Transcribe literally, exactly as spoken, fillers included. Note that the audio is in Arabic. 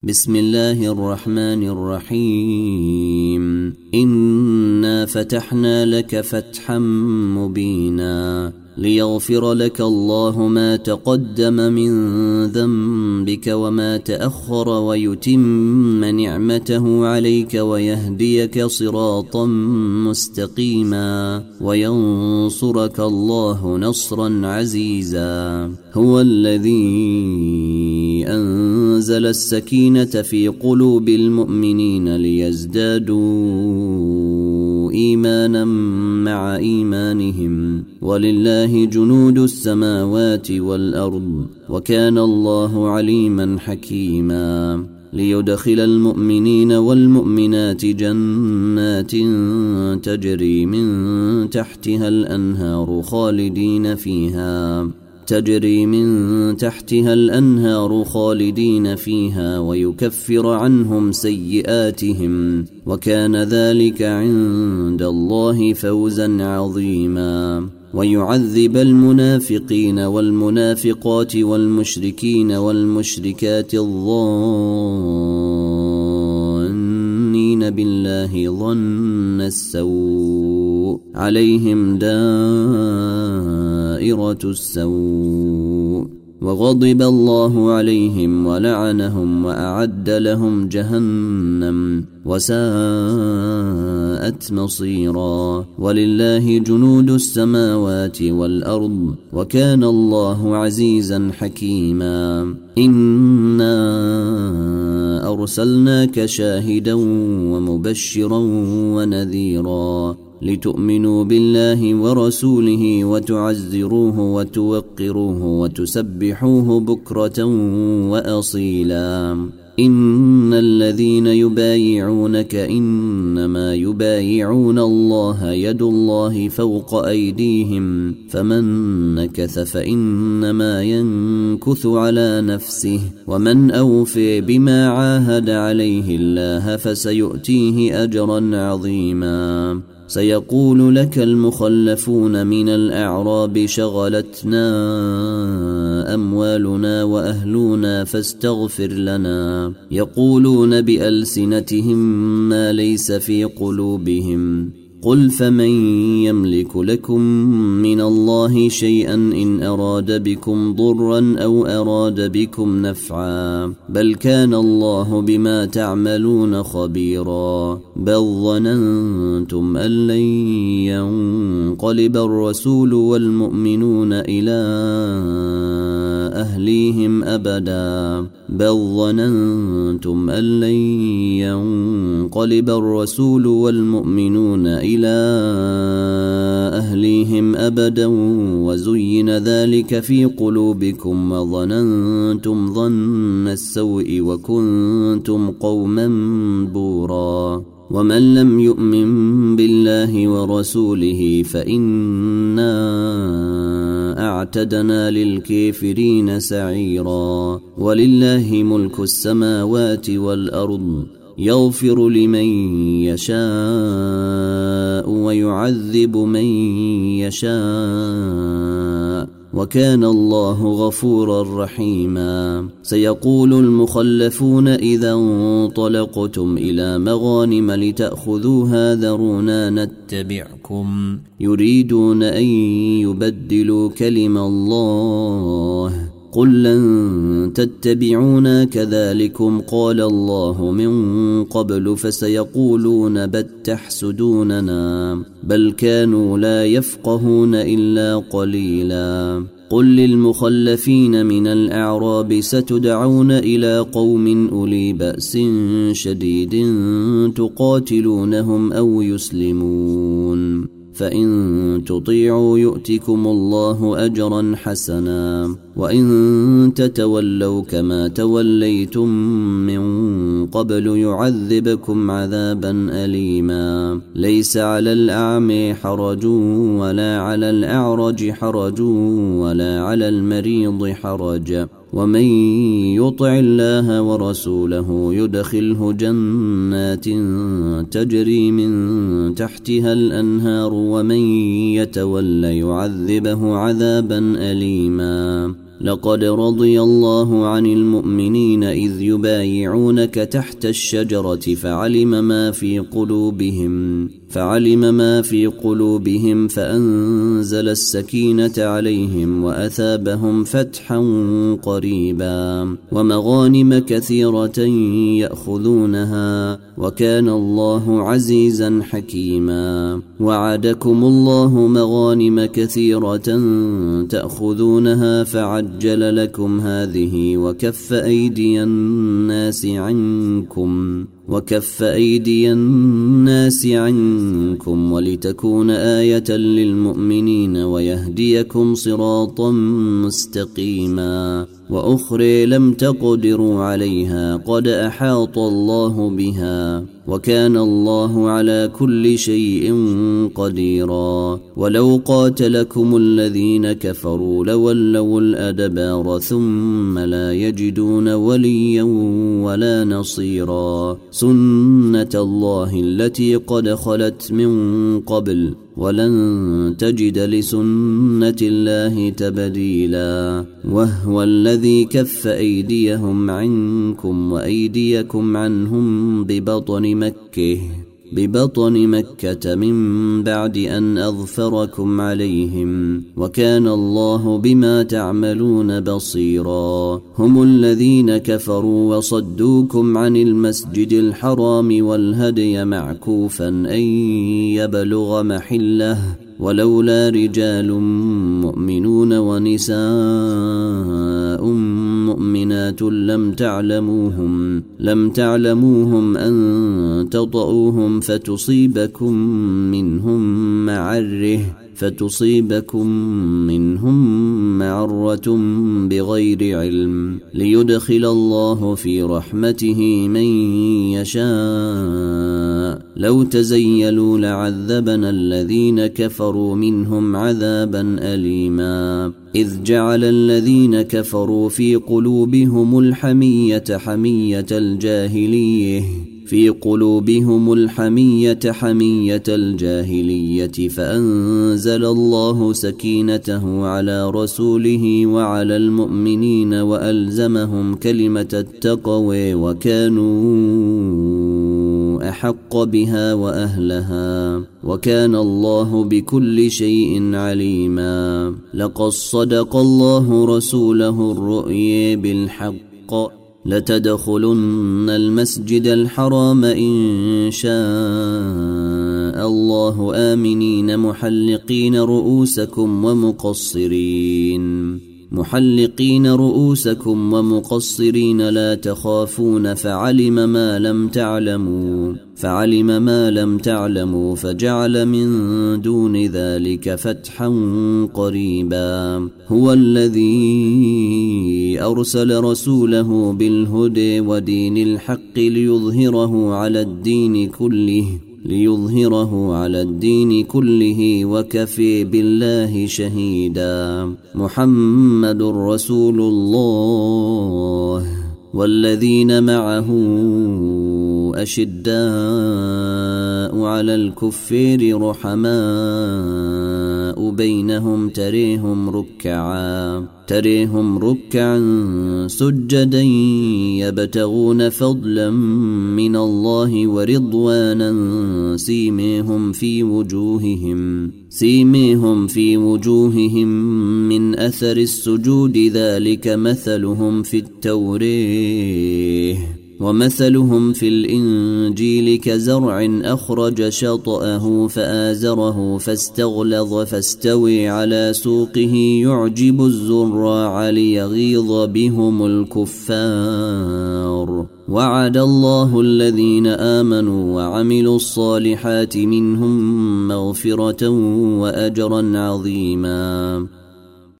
بسم الله الرحمن الرحيم إنا فتحنا لك فتحا مبينا ليغفر لك الله ما تقدم من ذنبك وما تأخر ويتم نعمته عليك ويهديك صراطا مستقيما وينصرك الله نصرا عزيزا. هو الذي أنزل السكينة في قلوب المؤمنين ليزدادوا إيمانا مع إيمانهم ولله جنود السماوات والأرض وكان الله عليما حكيما. ليدخل المؤمنين والمؤمنات جنات تجري من تحتها الأنهار خالدين فيها تجري من تحتها الأنهار خالدين فيها ويكفر عنهم سيئاتهم وكان ذلك عند الله فوزا عظيما. ويعذب المنافقين والمنافقات والمشركين والمشركات الظانين بالله ظن السوء عليهم دائرة السوء وغضب الله عليهم ولعنهم وأعد لهم جهنم وساءت مصيرا. ولله جنود السماوات والأرض وكان الله عزيزا حكيما. إنا أرسلناك شاهدا ومبشرا ونذيرا لتؤمنوا بالله ورسوله وتعزروه وتوقروه وتسبحوه بكرة وأصيلا. إن الذين يبايعونك إنما يبايعون الله يد الله فوق أيديهم فمن نكث فإنما ينكث على نفسه ومن أوفي بما عاهد عليه الله فسيؤتيه أجرا عظيما. سيقول لك المخلفون من الأعراب شغلتنا أموالنا وأهلنا فاستغفر لنا يقولون بألسنتهم ما ليس في قلوبهم قل فمن يملك لكم من الله شيئا إن أراد بكم ضرا أو أراد بكم نفعا بل كان الله بما تعملون خبيرا. بل ظننتم أن لن ينقلب الرسول والمؤمنون إلى أهليهم أبدا بل ظننتم أن لن ينقلب الرسول والمؤمنون إلى أهليهم أبدا وزين ذلك في قلوبكم وظننتم ظن السوء وكنتم قوما بورا. ومن لم يؤمن بالله ورسوله فإنا أعتدنا للكافرين سعيرا. ولله ملك السماوات والأرض يغفر لمن يشاء ويعذب من يشاء وكان الله غفورا رحيما. سيقول المخلفون إذا انطلقتم إلى مغانم لتأخذوها ذرونا نتبعكم يريدون أن يبدلوا كلم الله قل لن تتبعونا كذلكم قال الله من قبل فسيقولون بل تحسدوننا بل كانوا لا يفقهون إلا قليلا. قل للمخلفين من الأعراب ستدعون إلى قوم أولي بأس شديد تقاتلونهم أو يسلمون فإن تطيعوا يؤتكم الله أجرا حسنا وإن تتولوا كما توليتم من قبل يعذبكم عذابا أليما. ليس على الأعمى حرج ولا على الأعرج حرج ولا على المريض حرج ومن يطع الله ورسوله يدخله جنات تجري من تحتها الأنهار ومن يتول يعذبه عذابا أليما. لقد رضي الله عن المؤمنين إذ يبايعونك تحت الشجرة فعلم ما في قلوبهم فعلم ما في قلوبهم فأنزل السكينة عليهم وأثابهم فتحا قريبا ومغانم كثيرة يأخذونها وكان الله عزيزا حكيما. وعدكم الله مغانم كثيرة تأخذونها فعجل لكم هذه وكف أيدي الناس عنكم وكف أيدي الناس عنكم ولتكون آية للمؤمنين ويهديكم صراطا مستقيما. وأخرى لم تقدروا عليها قد أحاط الله بها وكان الله على كل شيء قديرا. ولو قاتلكم الذين كفروا لولوا الأدبار ثم لا يجدون وليا ولا نصيرا. سنة الله التي قد خلت من قبل ولن تجد لسنة الله تبديلا. وهو الذي كف أيديهم عنكم وأيديكم عنهم ببطن مكة ببطن مكة من بعد أن أظفركم عليهم وكان الله بما تعملون بصيرا. هم الذين كفروا وصدوكم عن المسجد الحرام والهدي معكوفا أن يبلغ محله ولولا رجال مؤمنون ونساء مؤمنات لم تعلموهم لم تعلموهم أن تطؤوهم فتصيبكم منهم معرة فتصيبكم منهم معرة بغير علم ليدخل الله في رحمته من يشاء. لو تزيلوا لعذبنا الذين كفروا منهم عذابا أليما. إذ جعل الذين كفروا في قلوبهم الحمية حمية الجاهلية في قلوبهم الحمية حمية الجاهلية فأنزل الله سكينته على رسوله وعلى المؤمنين وألزمهم كلمة التقوى وكانوا أحق بها وأهلها وكان الله بكل شيء عليما. لقد صدق الله رسوله الرؤيا بالحق لتدخلن المسجد الحرام إن شاء الله آمنين محلقين رؤوسكم ومقصرين محلقين رؤوسكم ومقصرين لا تخافون فعلم ما لم تعلموا فعلم ما لم تعلموا فجعل من دون ذلك فتحا قريبا. هو الذي أرسل رسوله بالهدى ودين الحق ليظهره على الدين كله ليظهره على الدين كله وكفي بالله شهيدا. محمد رسول الله والذين معه أشداء على الكفار رحماء بينهم تريهم ركعا تريهم ركعا سجدا يبتغون فضلا من الله ورضوانا سيميهم في وجوههم سيميهم في وجوههم من أثر السجود ذلك مثلهم في التوراة ومثلهم في الإنجيل كزرع أخرج شطأه فآزره فاستغلظ فاستوي على سوقه يعجب الزراع ليغيظ بهم الكفار. وعد الله الذين آمنوا وعملوا الصالحات منهم مغفرة وأجرا عظيما.